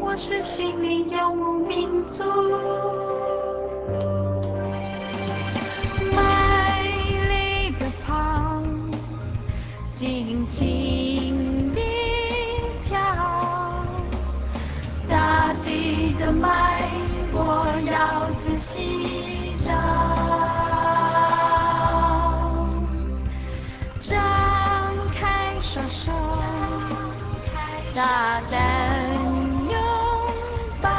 我是心灵游牧民族。美丽的跑，尽情地跳，大地的脉我要仔细找，张开双手，大胆拥抱，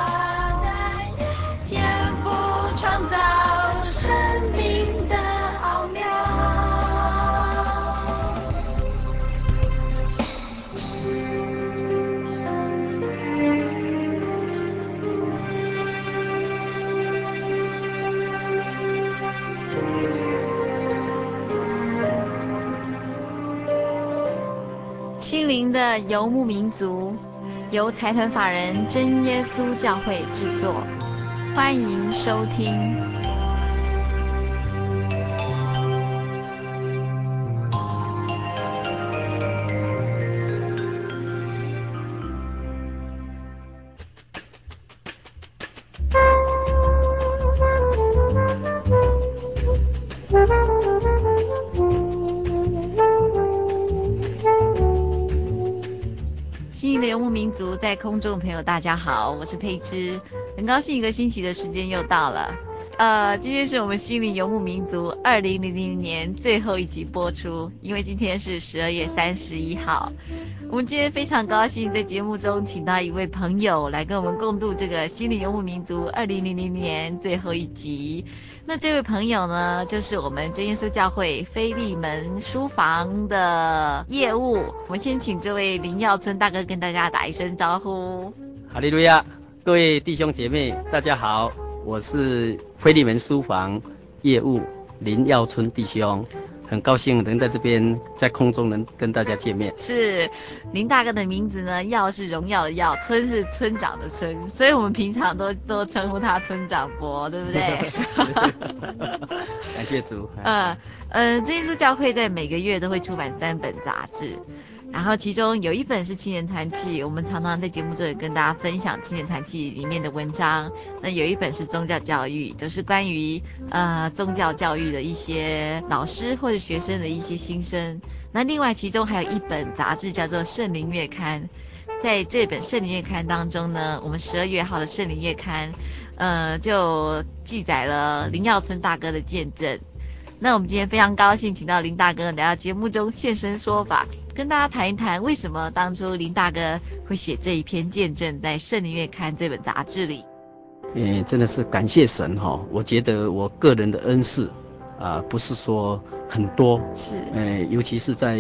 天赋创造生命的奥妙。心灵的游牧民族，由财团法人真耶稣教会制作，欢迎收听。游牧民族在空中的朋友大家好，我是佩芝，很高兴一个星期的时间又到了。今天是我们心灵游牧民族2000年最后一集播出，因为今天是12月31号。我们今天非常高兴在节目中请到一位朋友来跟我们共度这个心灵游牧民族2000年最后一集。那这位朋友呢，就是我们真耶稣教会菲利门书房的业务。我们先请这位林耀春大哥跟大家打一声招呼。 哈利路亚，各位弟兄姐妹大家好，我是菲利门书房业务林耀春弟兄，很高兴能在这边在空中能跟大家见面。是林大哥的名字呢，耀是荣耀的耀，春是村长的春，所以我们平常都称呼他村长伯，对不对？ 感谢主。 真耶稣教会在每个月都会出版3本杂志，然后其中有一本是青年团契，我们常常在节目中也跟大家分享青年团契里面的文章。那有一本是宗教教育，就是关于宗教教育的一些老师或者学生的一些心声。那另外其中还有一本杂志叫做圣灵月刊，在这本圣灵月刊当中呢，我们12月号的圣灵月刊就记载了林耀春大哥的见证。那我们今天非常高兴请到林大哥来到节目中现身说法，跟大家谈一谈为什么当初林大哥会写这一篇见证在圣灵月刊这本杂志里。 真的是感谢神哈！我觉得我个人的恩赐不是说很多， 是尤其是在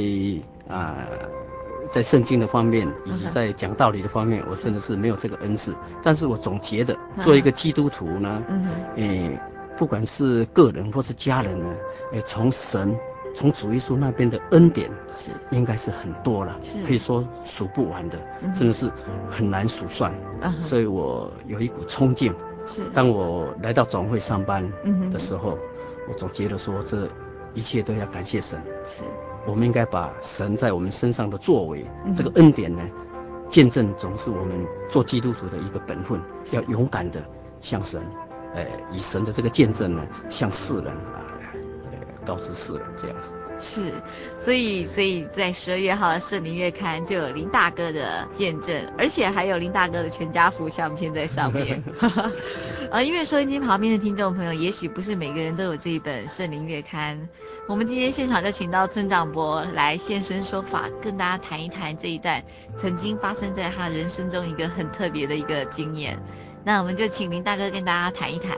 圣经的方面以及在讲道理的方面，我真的是没有这个恩赐。但是我总觉得做一个基督徒呢，不管是个人或是家人呢，从主耶稣那边的恩典是应该是很多了，可以说数不完的，真的是很难数算。所以我有一股冲劲，当我来到总会上班的时候，我总觉得说这一切都要感谢神，我们应该把神在我们身上的作为，这个恩典呢，见证总是我们做基督徒的一个本分，要勇敢的向神，以神的这个见证呢，向世人告知世人这样子。 是，所以在12月号的圣灵月刊就有林大哥的见证，而且还有林大哥的全家福相片在上面。因为收音机旁边的听众朋友，也许不是每个人都有这一本圣灵月刊。我们今天现场就请到村长伯来现身说法，跟大家谈一谈这一段曾经发生在他人生中一个很特别的一个经验。那我们就请林大哥跟大家谈一谈。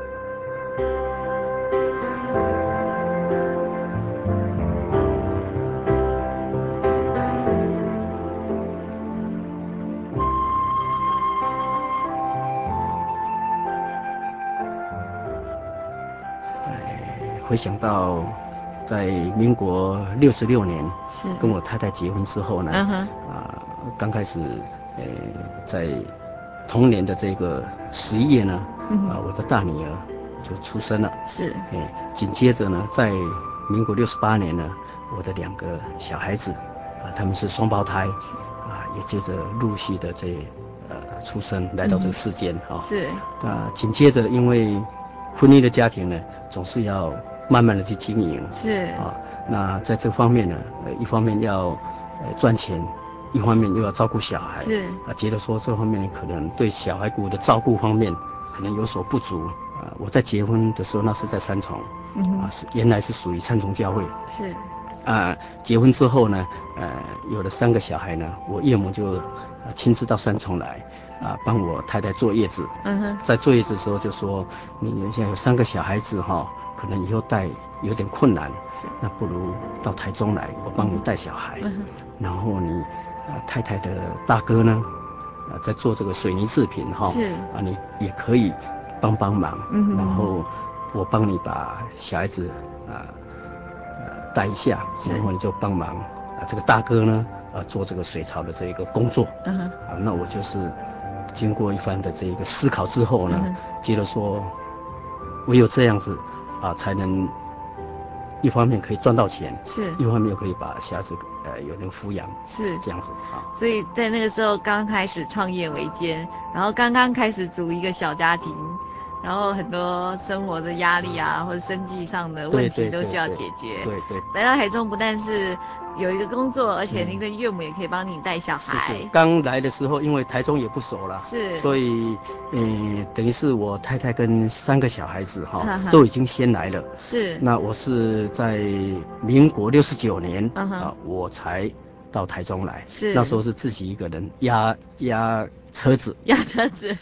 回想到在民国66年跟我太太结婚之后呢，刚开始在同年的这个11月呢，我的大女儿就出生了，紧接着呢，在民国68年呢，我的2个小孩子他们是双胞胎， 也接着陆续的出生来到这个世间哈。 是。 紧接着因为婚姻的家庭呢，总是要慢慢的去经营。 是。 那在这方面呢，一方面要赚钱，一方面又要照顾小孩。 是。 觉得说这方面可能对小孩子的照顾方面可能有所不足。我在结婚的时候，那是在三重，原来是属于三重教会。 是。 结婚之后呢，有了3个小孩呢，我岳母就亲自到三重来，帮我太太坐月子。在坐月子的时候就说，你现在有3个小孩子哈，可能以后带有点困难，那不如到台中来，我帮你带小孩。然后你太太的大哥呢，在做这个水泥制品哈，你也可以帮忙。然后我帮你把小孩子带一下，然后你就帮忙这个大哥呢做这个水槽的这一个工作。那我就是经过一番的这个思考之后呢，觉得说唯有这样子才能一方面可以赚到钱，一方面又可以把小孩子有人抚养，是这样子所以在那个时候刚开始创业维艰，然后刚刚开始组一个小家庭，然后很多生活的压力或者生计上的问题都需要解决。对。来到台中不但是有一个工作，而且您的岳母也可以帮你带小孩。 是。刚来的时候，因为台中也不熟了，所以等于是我太太跟3个小孩子都已经先来了。是。那我是在民国69年我才到台中来。是。那时候是自己一个人压车子压车子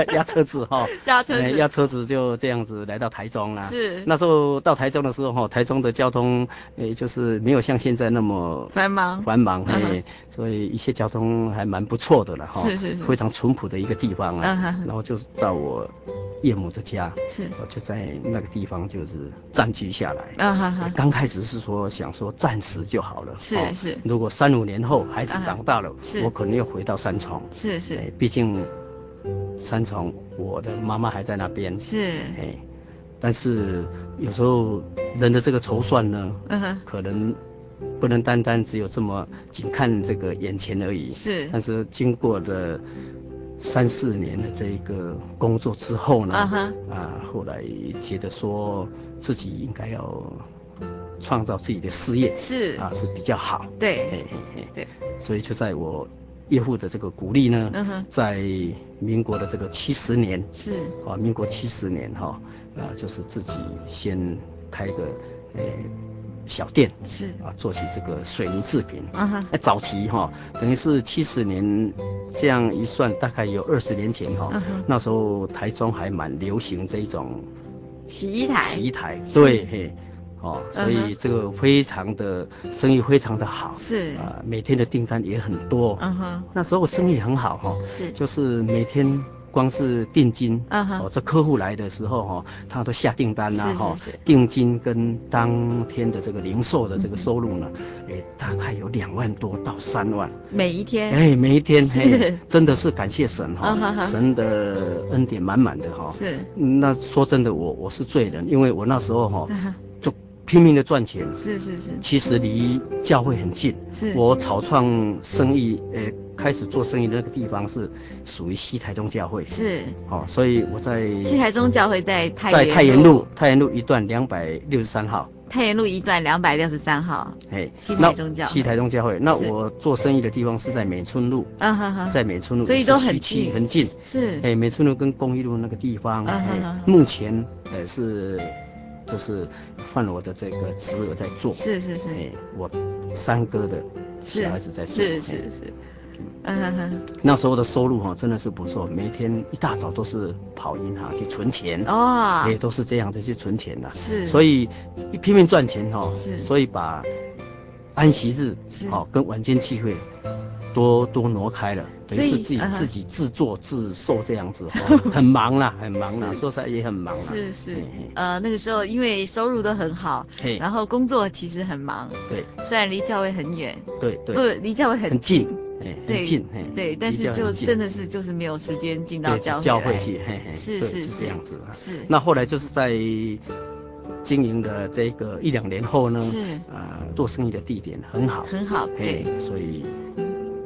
压车子就这样子来到台中啦。是。那时候到台中的时候台中的交通就是没有像现在那么繁忙所以一些交通还蛮不错的了是非常淳朴的一个地方然后就到我岳母的家，我就在那个地方就是暂居下来。刚开始是想说暂时就好了。是。如果3、5年后孩子长大了，我可能又回到三重。是。毕竟三重我的妈妈还在那边。是。但是有时候人的这个筹算呢，可能不能单单只有这么仅看这个眼前而已。是。但是经过了3、4年的这个工作之后呢，后来觉得说自己应该要创造自己的事业，是比较好。对。所以就在我岳父的这个鼓励呢，在民国的这个70年，民国70年就是自己先开个小店，做起这个水泥制品。早期等于是70年，这样一算大概有20年前那时候台中还蛮流行这一种洗衣台。 对。所以这个非常的生意非常的好，是每天的订单也很多。那时候生意很好是就是每天光是定金这客户来的时候他都下订单定金跟当天的这个零售的这个收入呢，大概有2万多到3万每一天。 每一天真的是感谢神神的恩典满满的是。那说真的我是罪人，因为我那时候就拼命的赚钱。是。其实离教会很近。是。我草创生意开始做生意的那个地方是属于西台中教会。是。所以我在西台中教会在太原路一段263号。 太原路一段263号。西台中教会。 那我做生意的地方是在美村路。在美村路， 所以都很近。 很近。是。美村路跟公益路那个地方。目前就是换我的这个侄儿在做。是。我3哥的小孩子在做。是。那时候的收入真的是不错，每天一大早都是跑银行去存钱。都是这样子去存钱的。是。所以拼命赚钱是。所以把安息日跟晚间聚会多挪开了，等于是自己自作自受这样子很忙啦，说实在也很忙啦。是。 那个时候因为收入都很好，然后工作其实很忙。对。虽然离教会很远。对。不，离教会很近。很近。对，但是就真的是就是没有时间进到教会去。是这样子。是。那后来就是在经营的这个1、2年后呢，做生意的地点很好。对。所以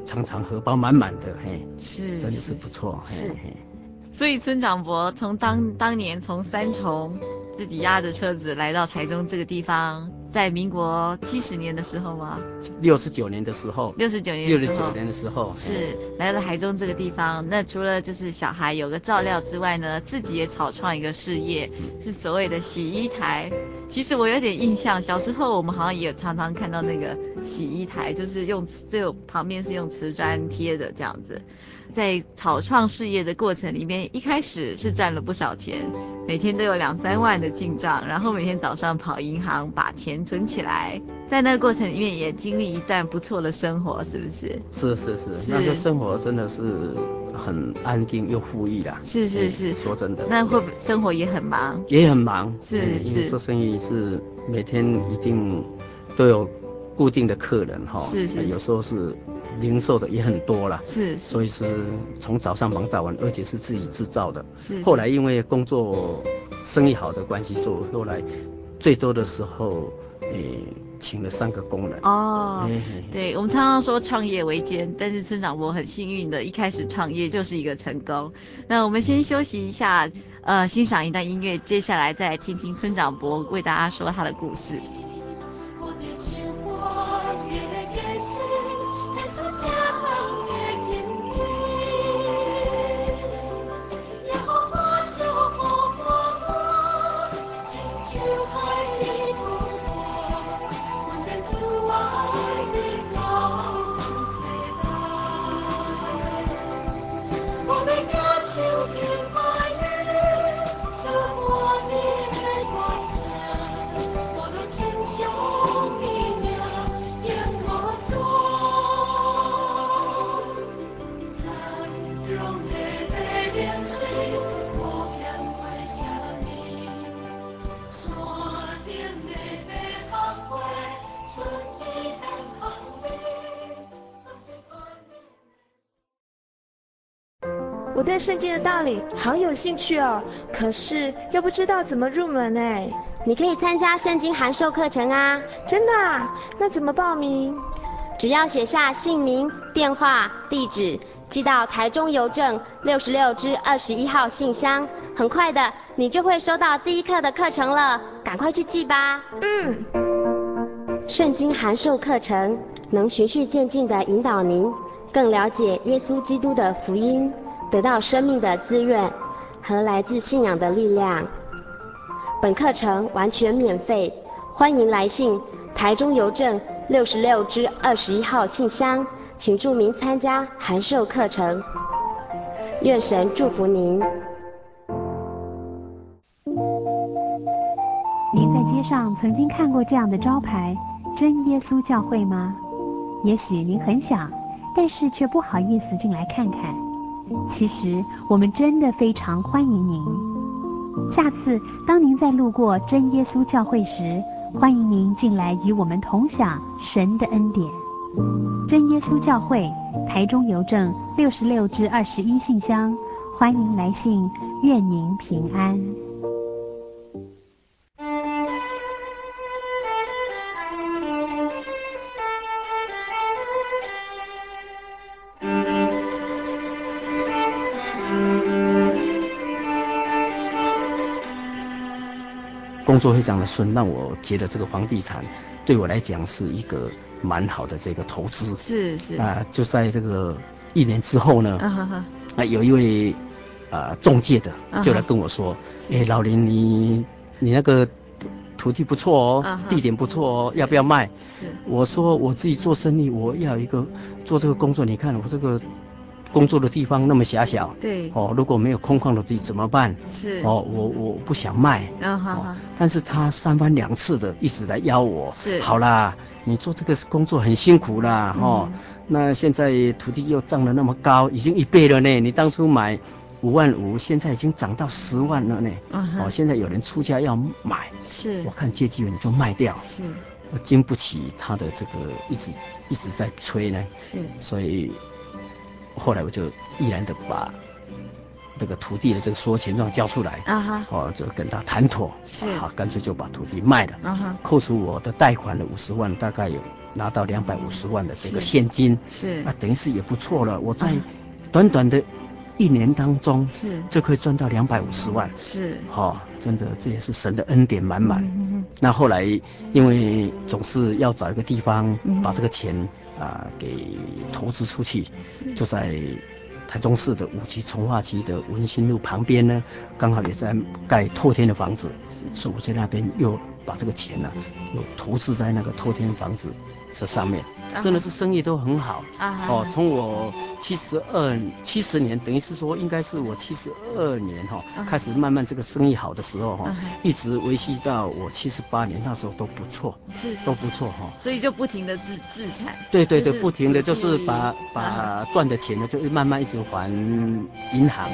常常荷包满满的，嘿， 是， 真的是不错，嘿嘿。 所以村长伯从当年从三重自己押着车子来到台中这个地方，在民国70年的时候吗 ？69年的时候。69年的时候是来到台中这个地方。那除了就是小孩有个照料之外呢，自己也草创一个事业，是所谓的洗衣台。其实我有点印象，小时候我们好像也常常看到那个洗衣台，就是就旁边是用瓷砖贴的这样子。在草创事业的过程里面，一开始是赚了不少钱，每天都有2-3万的进账，然后每天早上跑银行把钱存起来，在那个过程里面也经历一段不错的生活，是不是？ 是，那个生活真的是很安定又富裕啦。是，说真的。 那会不会生活也很忙？ 也很忙， 是， 因为做生意是每天一定都有固定的客人哈，是，有时候是零售的也很多啦，是，所以是从早上忙到晚，而且是自己制造的。是，后来因为工作生意好的关系，所以后来最多的时候，请了3个工人。哦， 对，我们常常说创业维艰，但是村长伯很幸运的，一开始创业就是一个成功。那我们先休息一下，欣赏一段音乐，接下来再来听听村长伯为大家说他的故事。 我对圣经的道理好有兴趣哦，可是又不知道怎么入门哎。 你可以参加圣经函授课程啊。 真的啊？那怎么报名？ 只要写下姓名、电话、地址，寄到台中邮政66-21号信箱，很快的你就会收到第一课的课程了，赶快去寄吧。圣经函授课程能循序渐进地引导您更了解耶稣基督的福音，得到生命的滋润和来自信仰的力量。本课程完全免费，欢迎来信台中邮政66-21号信箱，请注明参加函授课程。愿神祝福您。 您在街上曾经看过这样的招牌真耶稣教会吗？也许您很想，但是却不好意思进来看看。其实我们真的非常欢迎您。下次当您在路过真耶稣教会时，欢迎您进来与我们同享神的恩典。真耶稣教会台中邮政66-21信箱，欢迎来信，愿您平安。 工作非常的顺，让我觉得这个房地产对我来讲是一个蛮好的这个投资。是就在这个1年之后呢，有一位中介的就来跟我说，老林，你那个土地不错哦，地点不错哦，要不要卖？我说我自己做生意，我要一个做这个工作，你看我这个工作的地方那么狭小，对，如果没有空旷的地怎么办？我不想卖，但是他3番2次的一直来邀我，好啦，你做这个工作很辛苦啦，那现在土地又涨得那么高，已经1倍了呢，你当初买5万5，现在已经涨到10万了呢，现在有人出价要买，我看借机会你就卖掉，我经不起他的这个一直在催呢，所以后来我就毅然的把这个土地的这个所有权状交出来，就跟他谈妥，好，干脆就把土地卖了，扣除我的贷款的50万，大概有拿到250万的这个现金， 是等于是也不错了。我在短短的1年当中，就可以赚到250万，真的这也是神的恩典满满。那后来因为总是要找一个地方把这个钱给投资出去，就在台中市的5期重划区的文心路旁边呢，刚好也在盖透天的房子，所以我在那边又把这个钱呢又投资在那个透天房子这上面，真的是生意都很好从我70年，等于是说应该是我72年开始慢慢这个生意好的时候一直维系到我78年，那时候都不错，都不错所以就不停的自产。 对，不停的就是把赚的钱呢，就慢慢一直还银行。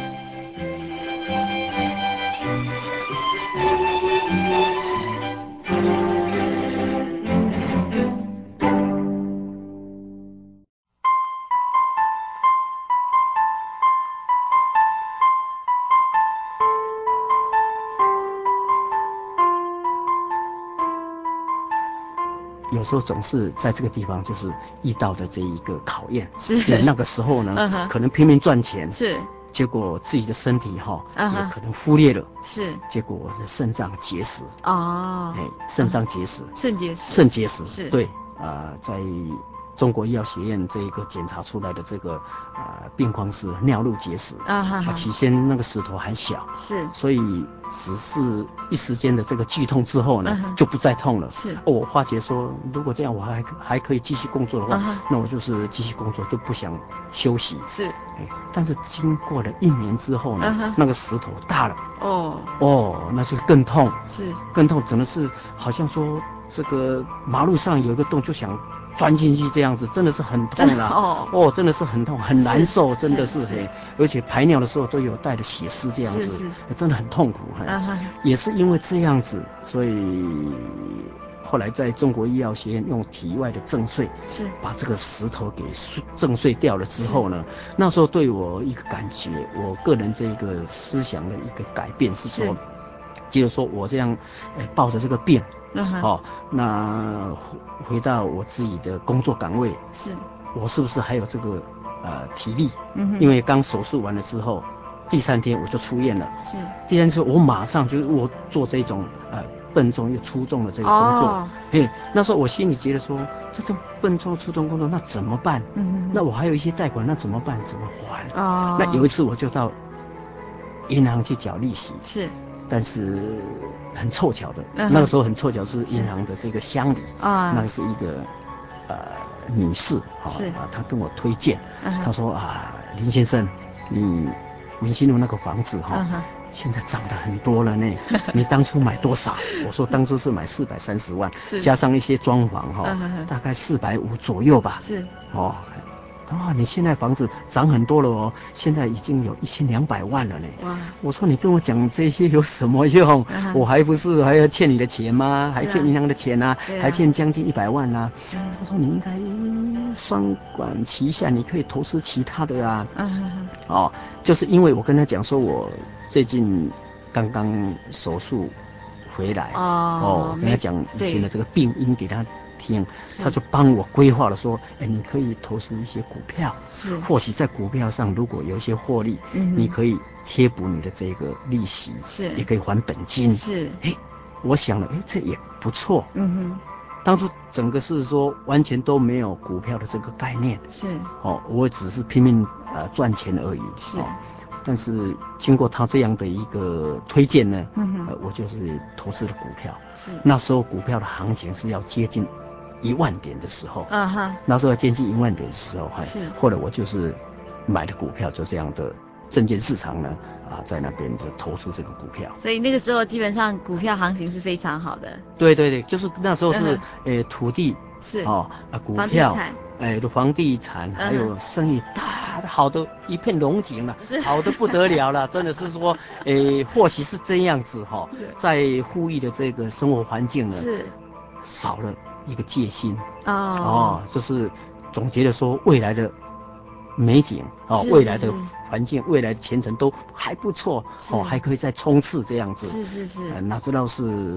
有时候总是在这个地方就是遇到的这一个考验，那个时候呢可能拼命赚钱，结果自己的身体也可能忽略了，结果我的肾脏结石肾脏结石，肾结石对在中国医药学院这个检查出来的这个病况是尿路结石起先那个石头还小，所以只是一时间的这个剧痛之后呢就不再痛了。我发觉说如果这样我还可以继续工作的话那我就是继续工作，就不想休息。但是经过了1年之后呢那个石头大了那就更痛，更痛，真的是好像说这个马路上有一个洞就想钻进去这样子，真的是很痛啦真的是很痛很难受，真的是而且排尿的时候都有带着血丝这样子，真的很痛苦也是因为这样子，所以后来在中国医药学院用体外的震碎把这个石头给震碎掉了之后呢，那时候对我一个感觉，我个人这个思想的一个改变是说，接着说我这样抱着这个病那回到我自己的工作岗位，我是不是还有这个体力因为刚手术完了之后第3天我就出院了，第3天之后我马上就是我做这种笨重又粗重的这个工作那时候我心里觉得说这种笨重粗重工作那怎么办那我还有一些贷款那怎么办怎么还那有一次我就到银行去缴利息但是很凑巧的那个时候很凑巧是银行的这个乡里那个是一个女士她跟我推荐她说林先生你文心路那个房子现在涨得很多了呢你当初买多少我说当初是买430万加上一些装潢大概450左右吧你现在房子涨很多了现在已经有1200万了呢我说你跟我讲这些有什么用我还不是还要欠你的钱吗还欠银行的钱还欠将近100万他说你应该双管齐下，你可以投资其他的就是因为我跟他讲说我最近刚刚手术回来我跟他讲以前的这个病因给他听，他就帮我规划了说你可以投资一些股票或许在股票上如果有一些获利你可以贴补你的这个利息也可以还本金我想了这也不错当初整个是说完全都没有股票的这个概念我只是拼命赚钱而已但是经过他这样的一个推荐呢我就是投资了股票那时候股票的行情是要接近1万点的时候那时候要接近1万点的时候后来我就是买的股票就这样的证券市场呢在那边就投出这个股票， 所以那个时候基本上股票行情是非常好的。 对，就是那时候是土地股票房地产还有生意好的一片龙井了好的不得了了真的是说或许是这样子在富裕的这个生活环境呢少了一个戒心就是总觉得说未来的美景未来的环境未来的前程都还不错还可以再冲刺这样子是哪知道是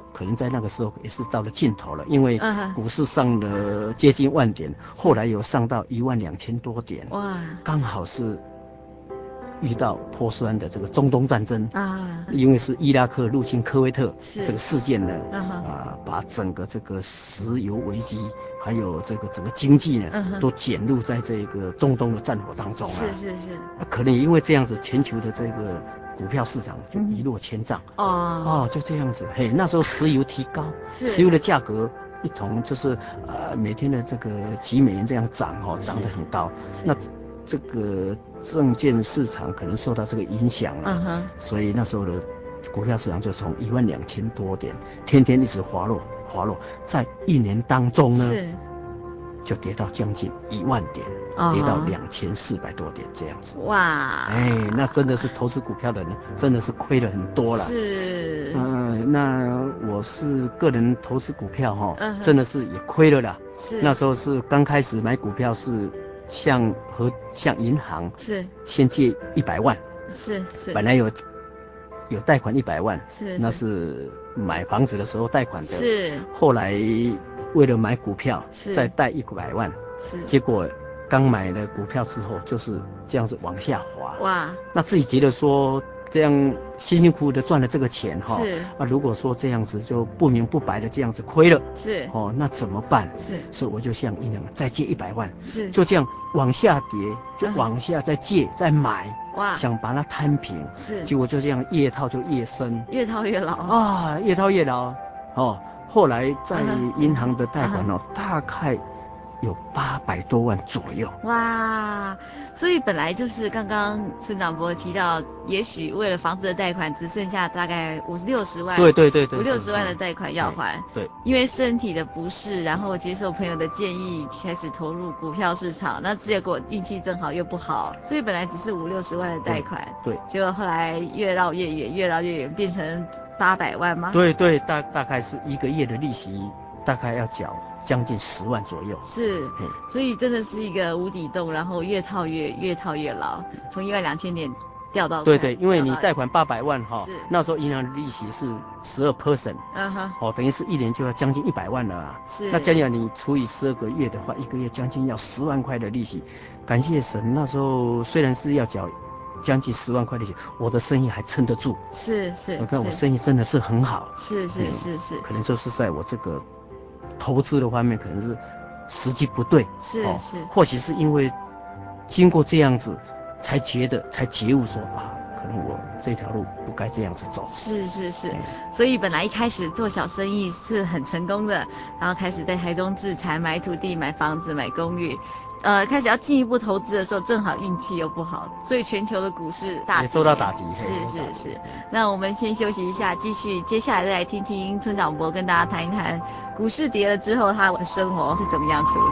可能在那个时候也是到了尽头了，因为股市上了接近10000点，后来有上到12000多点，哇，刚好是遇到波斯湾的这个中东战争啊，因为是伊拉克入侵科威特这个事件呢，把整个这个石油危机还有这个整个经济呢，都卷入在这个中东的战火当中啊。是，可能也因为这样子，全球的这个股票市场就一落千丈。就这样子。嘿，那时候石油提高，石油的价格一桶就是每天的这个几美元这样涨涨得很高。那这个证券市场可能受到这个影响了，所以那时候的股票市场就从12000多点，天天一直滑落，在1年当中呢，就跌到将近10000点，跌到2400多点这样子。哇，那真的是投资股票的人真的是亏了很多了。是，那我是个人投资股票真的是也亏了啦。是，那时候是刚开始买股票是。向银行是先借100万，是本来有贷款100万，那是买房子的时候贷款的，是后来为了买股票再贷100万，是结果刚买了股票之后就是这样子往下滑，哇，那自己觉得说这样辛辛苦苦的赚了这个钱如果说这样子就不明不白的这样子亏了，那怎么办？所以我就向银行再借100万，就这样往下跌，就往下再借再买，哇，想把它摊平，结果就这样越套就越深，越套越牢越套越牢后来在银行的贷款大概有800多万左右。哇， 所以本来就是刚刚孙长博提到，也许为了房子的贷款只剩下大概50-60万， 对 ，50-60万的贷款要还， 对， 因为身体的不适，然后接受朋友的建议，开始投入股票市场，那结果运气正好又不好，所以本来只是50-60万的贷款，对，结果后来越绕越远，变成800万吗？ 对，大概是1个月的利息大概要缴将近10万左右， 是，所以真的是一个无底洞，然后越套越牢，从12000点掉到对，因为你贷款800万那时候银行的利息是12%，等于是1年就要将近100万了啊，是，那这样你除以12个月的话，1个月将近要10万块的利息，感谢神，那时候虽然是要缴将近10万块利息，我的生意还撑得住，是，我看我生意真的是很好，是，可能就是在我这个投资的方面可能是时机不对，是，或许是因为经过这样子才觉悟说可能我这条路不该这样子走， 是，所以本来一开始做小生意是很成功的，然后开始在台中置产，买土地、买房子、买公寓，开始要进一步投资的时候，正好运气又不好，所以全球的股市也受到打击。 是。那我们先休息一下，继续接下来再来听听村长博跟大家谈一谈股市跌了之后他的生活是怎么样处理。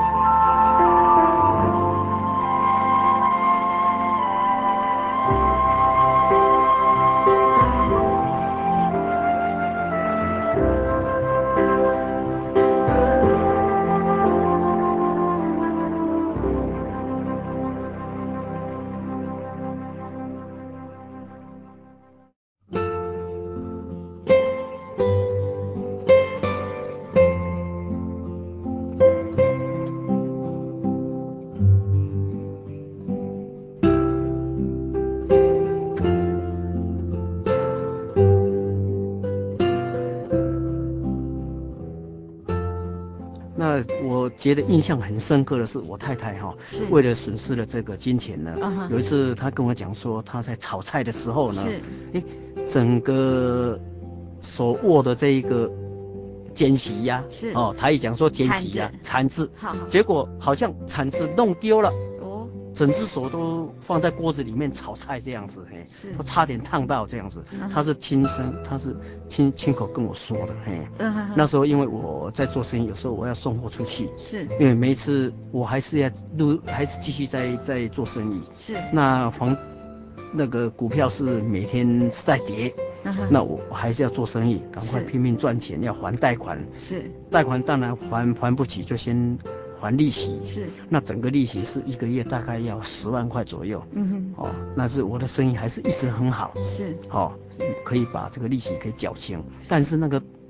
觉得印象很深刻的是我太太为了损失了这个金钱呢，有一次她跟我讲说，她在炒菜的时候呢，整个手握的这一个剪席呀，台语讲说剪席呀，铲子，结果好像铲子弄丢了，整只手都放在锅子里面炒菜这样子，都差点烫到这样子。他是亲口跟我说的，那时候因为我在做生意，有时候我要送货出去，是，因为每一次我还是继续在做生意，是，那个股票是每天在跌，那我还是要做生意，赶快拼命赚钱，要还贷款，是，贷款当然还不起，就先还利息，是，那整个利息是1个月大概要10万块左右，那是我的生意还是一直很好，是，可以把这个利息可以缴清，但是那个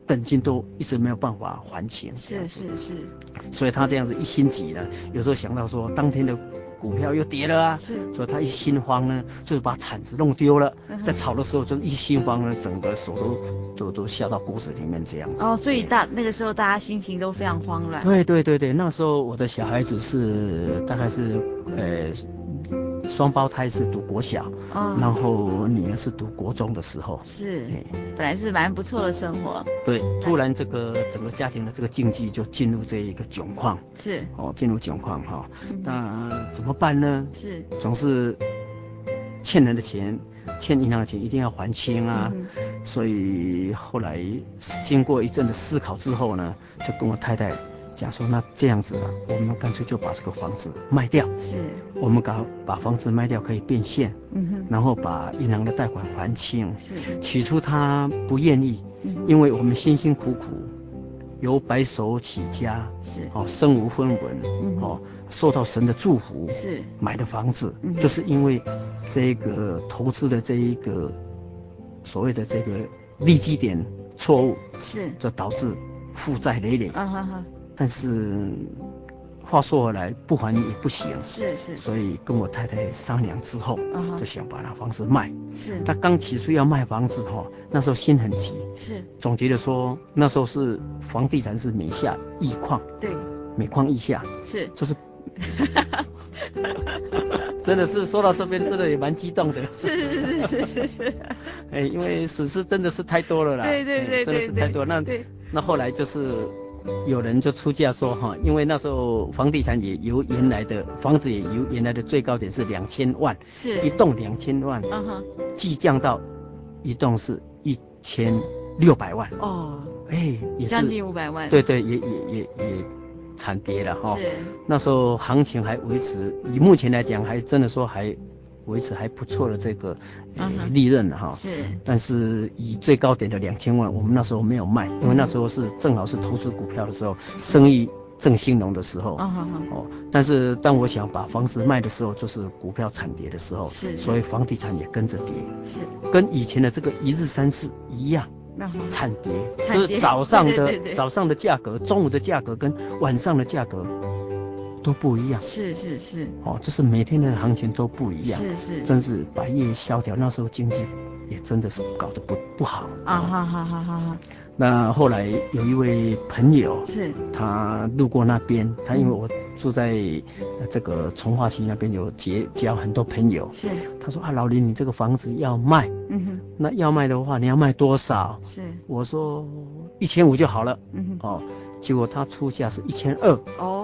本金都一直没有办法还清。 是， 所以他这样子一心急呢，有时候想到说当天的股票又跌了啊， 是， 所以他一心慌呢，就是把铲子弄丢了，在炒的时候就一心慌呢，整个手都下到骨子里面这样子。 所以那个时候大家心情都非常慌乱。 对，那时候我的小孩子是大概是双胞胎是读国小，然后女儿是读国中的时候， 是，本来是蛮不错的生活， 对，突然这个整个家庭的这个经济就进入这一个窘况， 是， 进入窘况哈，那怎么办呢？ 是， 总是欠人的钱，欠银行的钱一定要还清啊，所以后来经过一阵的思考之后呢，就跟我太太讲说，那这样子啊，我们干脆就把这个房子卖掉。 是， 我们把房子卖掉可以变现，然后把银行的贷款还清。 是， 起初他不愿意，因为我们辛辛苦苦由白手起家， 是， 身无分文，受到神的祝福， 是买的房子，就是因为这个投资的这一个所谓的这个利基点错误， 是， 就导致负债累累。但是话说回来，不还也不行， 是， 所以跟我太太商量之后，就想把那房子卖。 是， 他刚起初要卖房子那时候心很急， 是， 总结的说，那时候是房地产是每下一况， 对， 每况愈下， 是， 就是真的是说到这边，真的也蛮激动的。 是， 因为损失真的是太多了啦， 对， 真的是太多。那后来就是有人就出价说因为那时候房地产也由原来的房子也由原来的最高点是2000万， 是一栋2000万，即降到一栋是1600万。也是将近500万。 对，也惨跌了是，那时候行情还维持，以目前来讲还真的说还维持还不错的这个利润是， 但是以最高点的2000万，我们那时候没有卖，因为那时候是正好是投资股票的时候，生意正兴隆的时候。但是当我想把房子卖的时候，就是股票惨跌的时候， 是， 所以房地产也跟着跌， 是， 跟以前的这个一日三市一样。惨跌，就是早上的价格，中午的价格跟晚上的价格都不一样。是，就是每天的行情都不一样。是，真是百业萧条，那时候经济也真的是搞得不好。那后来有一位朋友，是他路过那边，他因为我住在这个从化区那边，有交很多朋友。是，他说老林，你这个房子要卖，那要卖的话，你要卖多少？是，我说1500就好了。结果他出价是1200。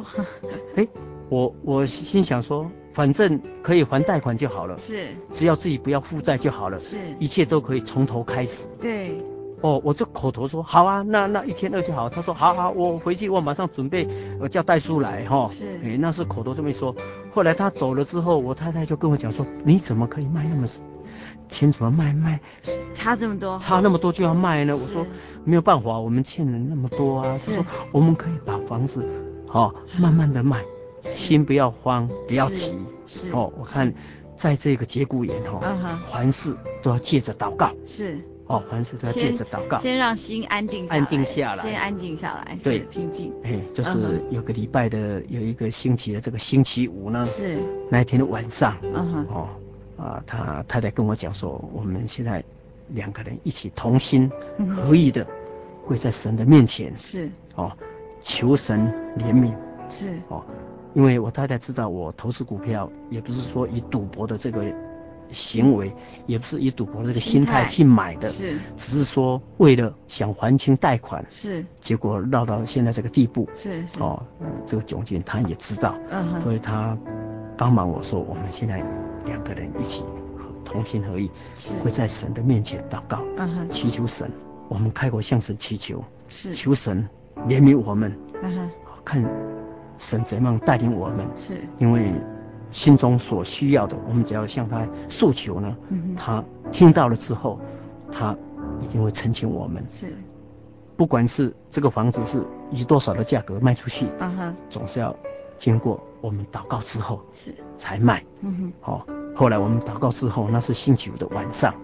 我心想说，反正可以还贷款就好了，是，只要自己不要负债就好了，是，一切都可以从头开始。对。我就口头说好啊，那1200就好。他说好，我回去我马上准备，我叫代书来是，那是口头这么一说。后来他走了之后，我太太就跟我讲说，你怎么可以卖那么钱，怎么卖差这么多， 差那么多就要卖呢？我说没有办法，我们欠人那么多啊。他说我们可以把房子慢慢的卖，心不要慌，不要急。是，我看在这个节骨眼凡事都要借着祷告。是。凡事都要借着祷告， 先让心安定下来，先安静下来，对，平静。 就是有个礼拜的，有一个星期的这个星期五呢，是那一天的晚上，他太太跟我讲说，我们现在2个人一起同心合意的跪在神的面前，是求神怜悯，是因为我太太知道我投资股票也不是说以赌博的这个行为，也不是以赌博的这个心态去买的，是，只是说为了想还清贷款，是，结果闹到现在这个地步，是，这个窘境他也知道，所以他帮忙我说，我们现在2个人一起同心合意，会在神的面前祷告，祈求神，我们开口向神祈求，是，求神怜悯我们，看神怎样带领我们，是，因为心中所需要的，我们只要向他诉求呢，他听到了之后，他一定会澄清我们。是，不管是这个房子是以多少的价格卖出去，总是要经过我们祷告之后，是才卖。后来我们祷告之后，那是星期五的晚上，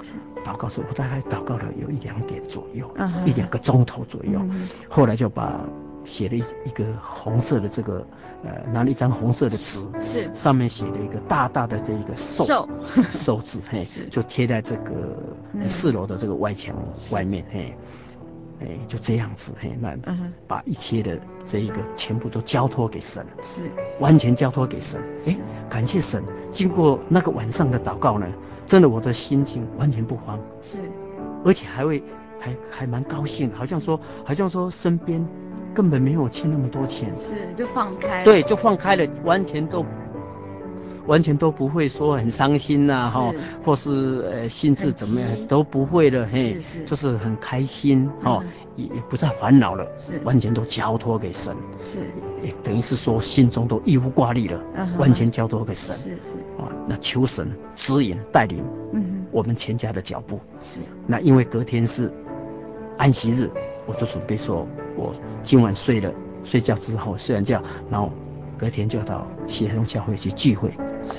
祷告时，我大概祷告了有1-2点左右，1-2个钟头左右。后来就把写了一个红色的这个拿了一张红色的纸，是上面写了一个大大的这一个寿字，嘿，就贴在这个4楼的这个外墙外面，嘿。就这样子，嘿，那把一切的这一个全部都交托给神，是完全交托给神。感谢神，经过那个晚上的祷告呢，真的我的心情完全不慌，是，而且还蛮高兴的，好像说身边根本没有欠那么多钱， 是就放开了， 对，就放开了，完全都不会说很伤心呐，或是心智怎么样都不会了，嘿，就是很开心，也不再烦恼了，是完全都交托给神，是也等于是说心中都一无挂虑了，完全交托给神，是那求神指引带领，我们全家的脚步，是那因为隔天是安息日，我就准备说我今晚睡觉之后睡完觉，然后隔天就要到西安教会去聚会。是。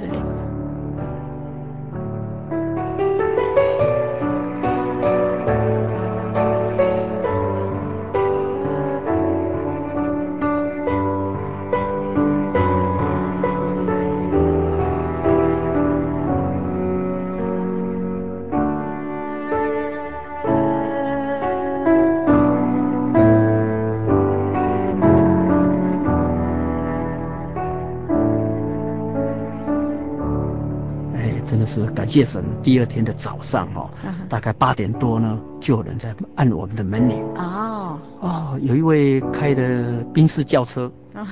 真的是感谢神，第2天的早上大概8点多呢，就有人在按我们的门铃。有一位开的宾士轿车，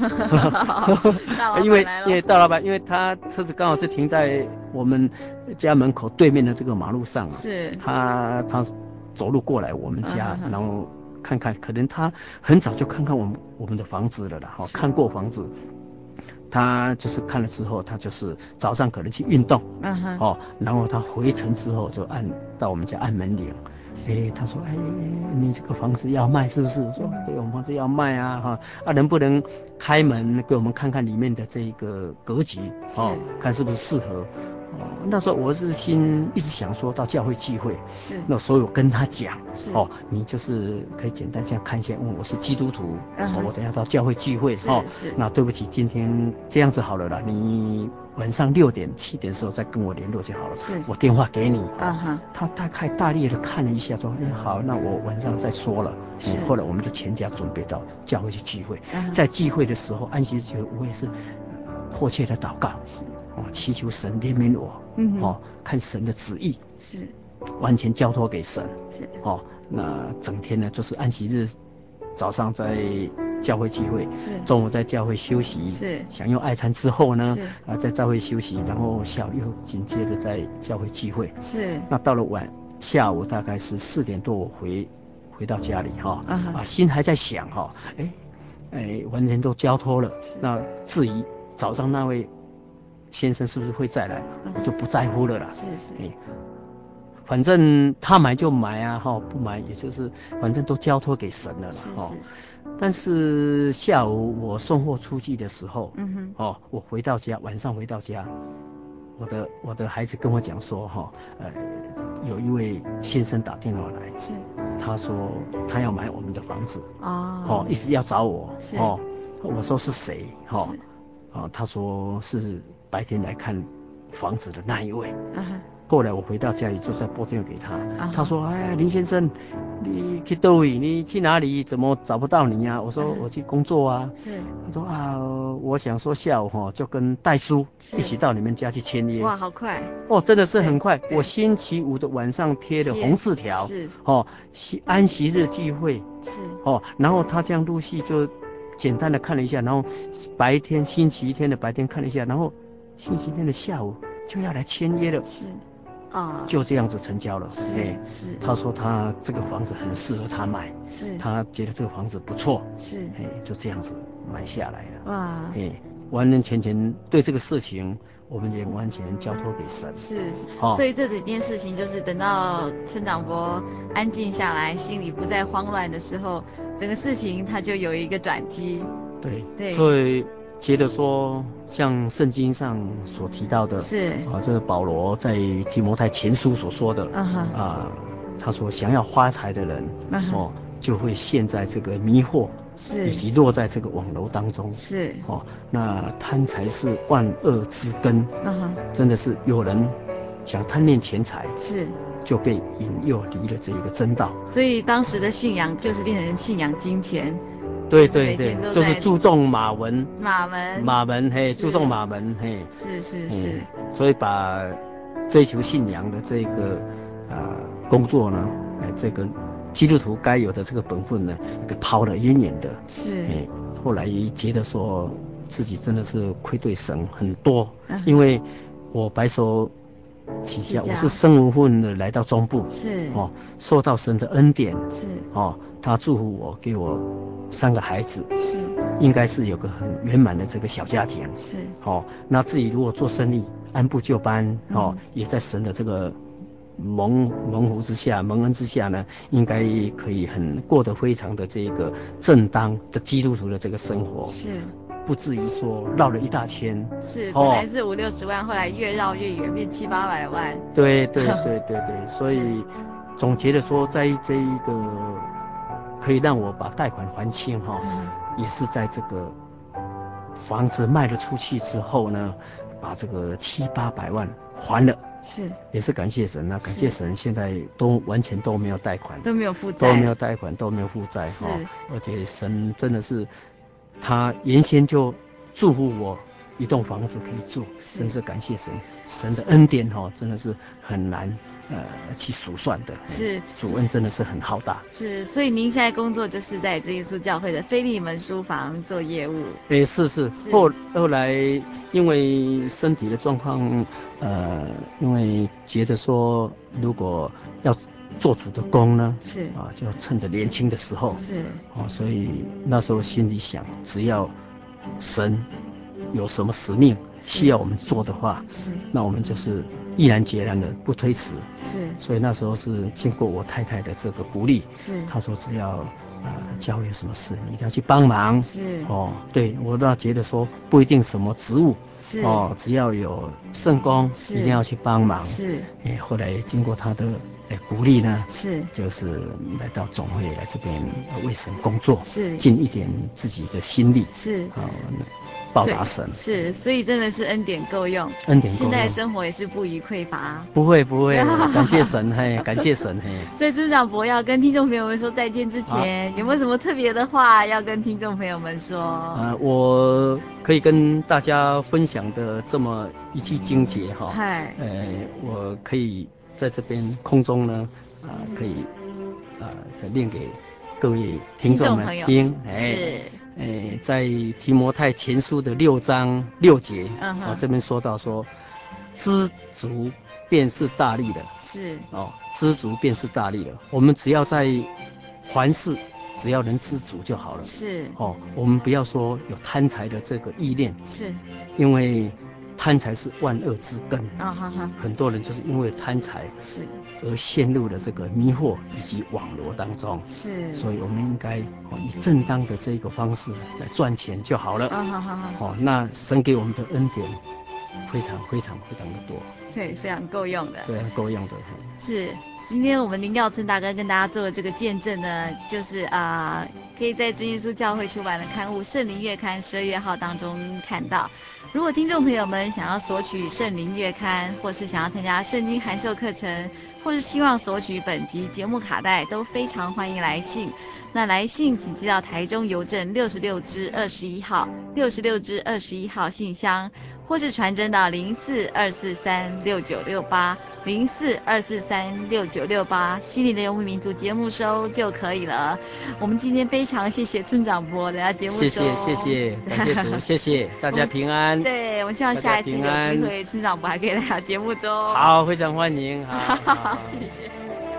因为大老板，因为他车子刚好是停在我们家门口对面的这个马路上，是他走路过来我们家，然后看看，可能他很早就看看我们的房子了啦，看过房子。他就是看了之后，他就是早上可能去运动，然后他回程之后就到我们家按门铃，他说，你这个房子要卖是不是？我说对，我们房子要卖啊，能不能开门给我们看看里面的这个格局，看是不是适合。那时候我是心一直想说到教会聚会，是那所以我跟他讲，你就是可以简单这样看一下，我是基督徒，我等一下到教会聚会，那对不起，今天这样子好了啦，你晚上6点7点的时候再跟我联络就好了，我电话给你。他大概大力的看了一下，说好，那我晚上再说了。后来我们就全家准备到教会去聚会，在聚会的时候，安息日我也是迫切的祷告，祈求神怜悯我，看神的旨意，是完全交托给神，是那整天呢就是安息日早上在教会聚会，中午在教会休息，享用爱餐之后呢，在教会休息，然后下午又紧接着在教会聚会，是那到了下午大概是4点多我回到家里心还在想完全都交托了，那至于早上那位先生是不是会再来，我就不在乎了啦。是，反正他买就买啊，不买也就是反正都交托给神了啦。但是下午我送货出去的时候，我回到家，晚上回到家，我的孩子跟我讲说，有一位先生打电话来，是他说他要买我们的房子，一直要找我，我说是谁，他说是白天来看房子的那一位。后来我回到家里就在拨电话给他，他说林先生，你去哪里？你去哪里？怎么找不到你啊？我说我去工作啊。是。他说我想说下午就跟代书一起到你们家去签约。 哇，好快！ 真的是很快。我星期五的晚上贴的红字条，是安息日聚会，是然后他这样陆续就简单的看了一下，然后星期天的白天看了一下，然后星期天的下午就要来签约了。是。就这样子成交了。是。他说他这个房子很适合他买，是他觉得这个房子不错，是就这样子买下来了。哇，完完全全对这个事情我们也完全交托给神。是， 所以这整件事情就是等到村长伯安静下来，心里不再慌乱的时候，整个事情它就有一个转机。 对，所以觉得说，像圣经上所提到的， 是这个保罗在提摩太前书所说的，他说想要发财的人，就会陷在这个迷惑，以及落在这个网楼当中， 是那贪财是万恶之根，真的是有人想贪恋钱财， 是就被引诱离了这一个真道。 所以当时的信仰就是变成信仰金钱。 对对对，就是注重马门，注重马门， 是， 所以把追求信仰的这个工作呢，这个基督徒该有的这个本分呢，给抛得远远的。 是， 后来觉得说自己真的是愧对神很多，因为我白手起家，我是生无混的来到中部， 是受到神的恩典， 是他祝福我，给我3个孩子， 是应该是有个很圆满的这个小家庭， 是那自己如果做生意按部就班，也在神的这个蒙福之下，蒙恩之下呢，应该可以过得非常的这个正当的基督徒的这个生活， 是不至于说绕了一大圈， 是本来是50-60万，后来越绕越远，变700-800万。 对，所以总结的说，在这一个可以让我把贷款还清也是在这个房子卖了出去之后呢，把这个700-800万还了。 是， 也是感谢神啊，感谢神，现在都完全都没有贷款， 都没有负债， 都没有贷款，都没有负债而且神真的是，他原先就祝福我一栋房子可以住，真是感谢神，神的恩典真的是很难去数算的， 是主恩真的是很浩大。 是，所以您现在工作就是在真耶稣教会的腓利门书房做业务。 是，后来因为身体的状况，因为觉得说如果要做主的工呢， 是就趁着年轻的时候， 是所以那时候心里想，只要神有什么使命需要我们做的话，那我们就是毅然决然的不推辞。 是， 所以那时候是经过我太太的这个鼓励，她说只要教会有什么事，你一定要去帮忙。对，我倒觉得说不一定什么职务，只要有圣工，一定要去帮忙。后来经过她的鼓励呢，就是来到总会来这边为神工作，尽一点自己的心力，报答神。 所以真的是恩典够用，现在生活也是不虞匮乏。 不会，感谢神，感谢神。 在村长伯要跟听众朋友们说再见之前，有没有什么特别的话要跟听众朋友们说？ 我可以跟大家分享的这么一句经节我可以在这边空中呢，可以再念给各位听众们听。在提摩太前书的6章6节，这边说到说，知足便是大利了。知足便是大利了。我们只要在凡事只要能知足就好了。我们不要说有贪财的这个意念，因为贪财是万恶之根。很多人就是因为贪财而陷入了这个迷惑以及网罗当中。所以我们应该以正当的这个方式来赚钱就好了。那神给我们的恩典非常的多， 对，非常够用的。 对，够用的。 今天我们林耀春大哥跟大家做的这个见证呢，就是可以在真耶稣教会出版的刊物《圣灵月刊》12月号当中看到。如果听众朋友们想要索取《圣灵月刊》，或是想要参加圣经函授课程，或是希望索取本集节目卡带，都非常欢迎来信。那来信请寄到台中邮政66支21号66支21号信箱，或是传真到04-243-6968 04-243-6968心灵的游牧民族节目收就可以了。我们今天非常谢谢村长伯来到节目中， 谢谢，感谢主，谢谢大家平安。 对，我们希望下一次有机会村长伯还可以来到节目中。 好，非常欢迎。好， 谢谢。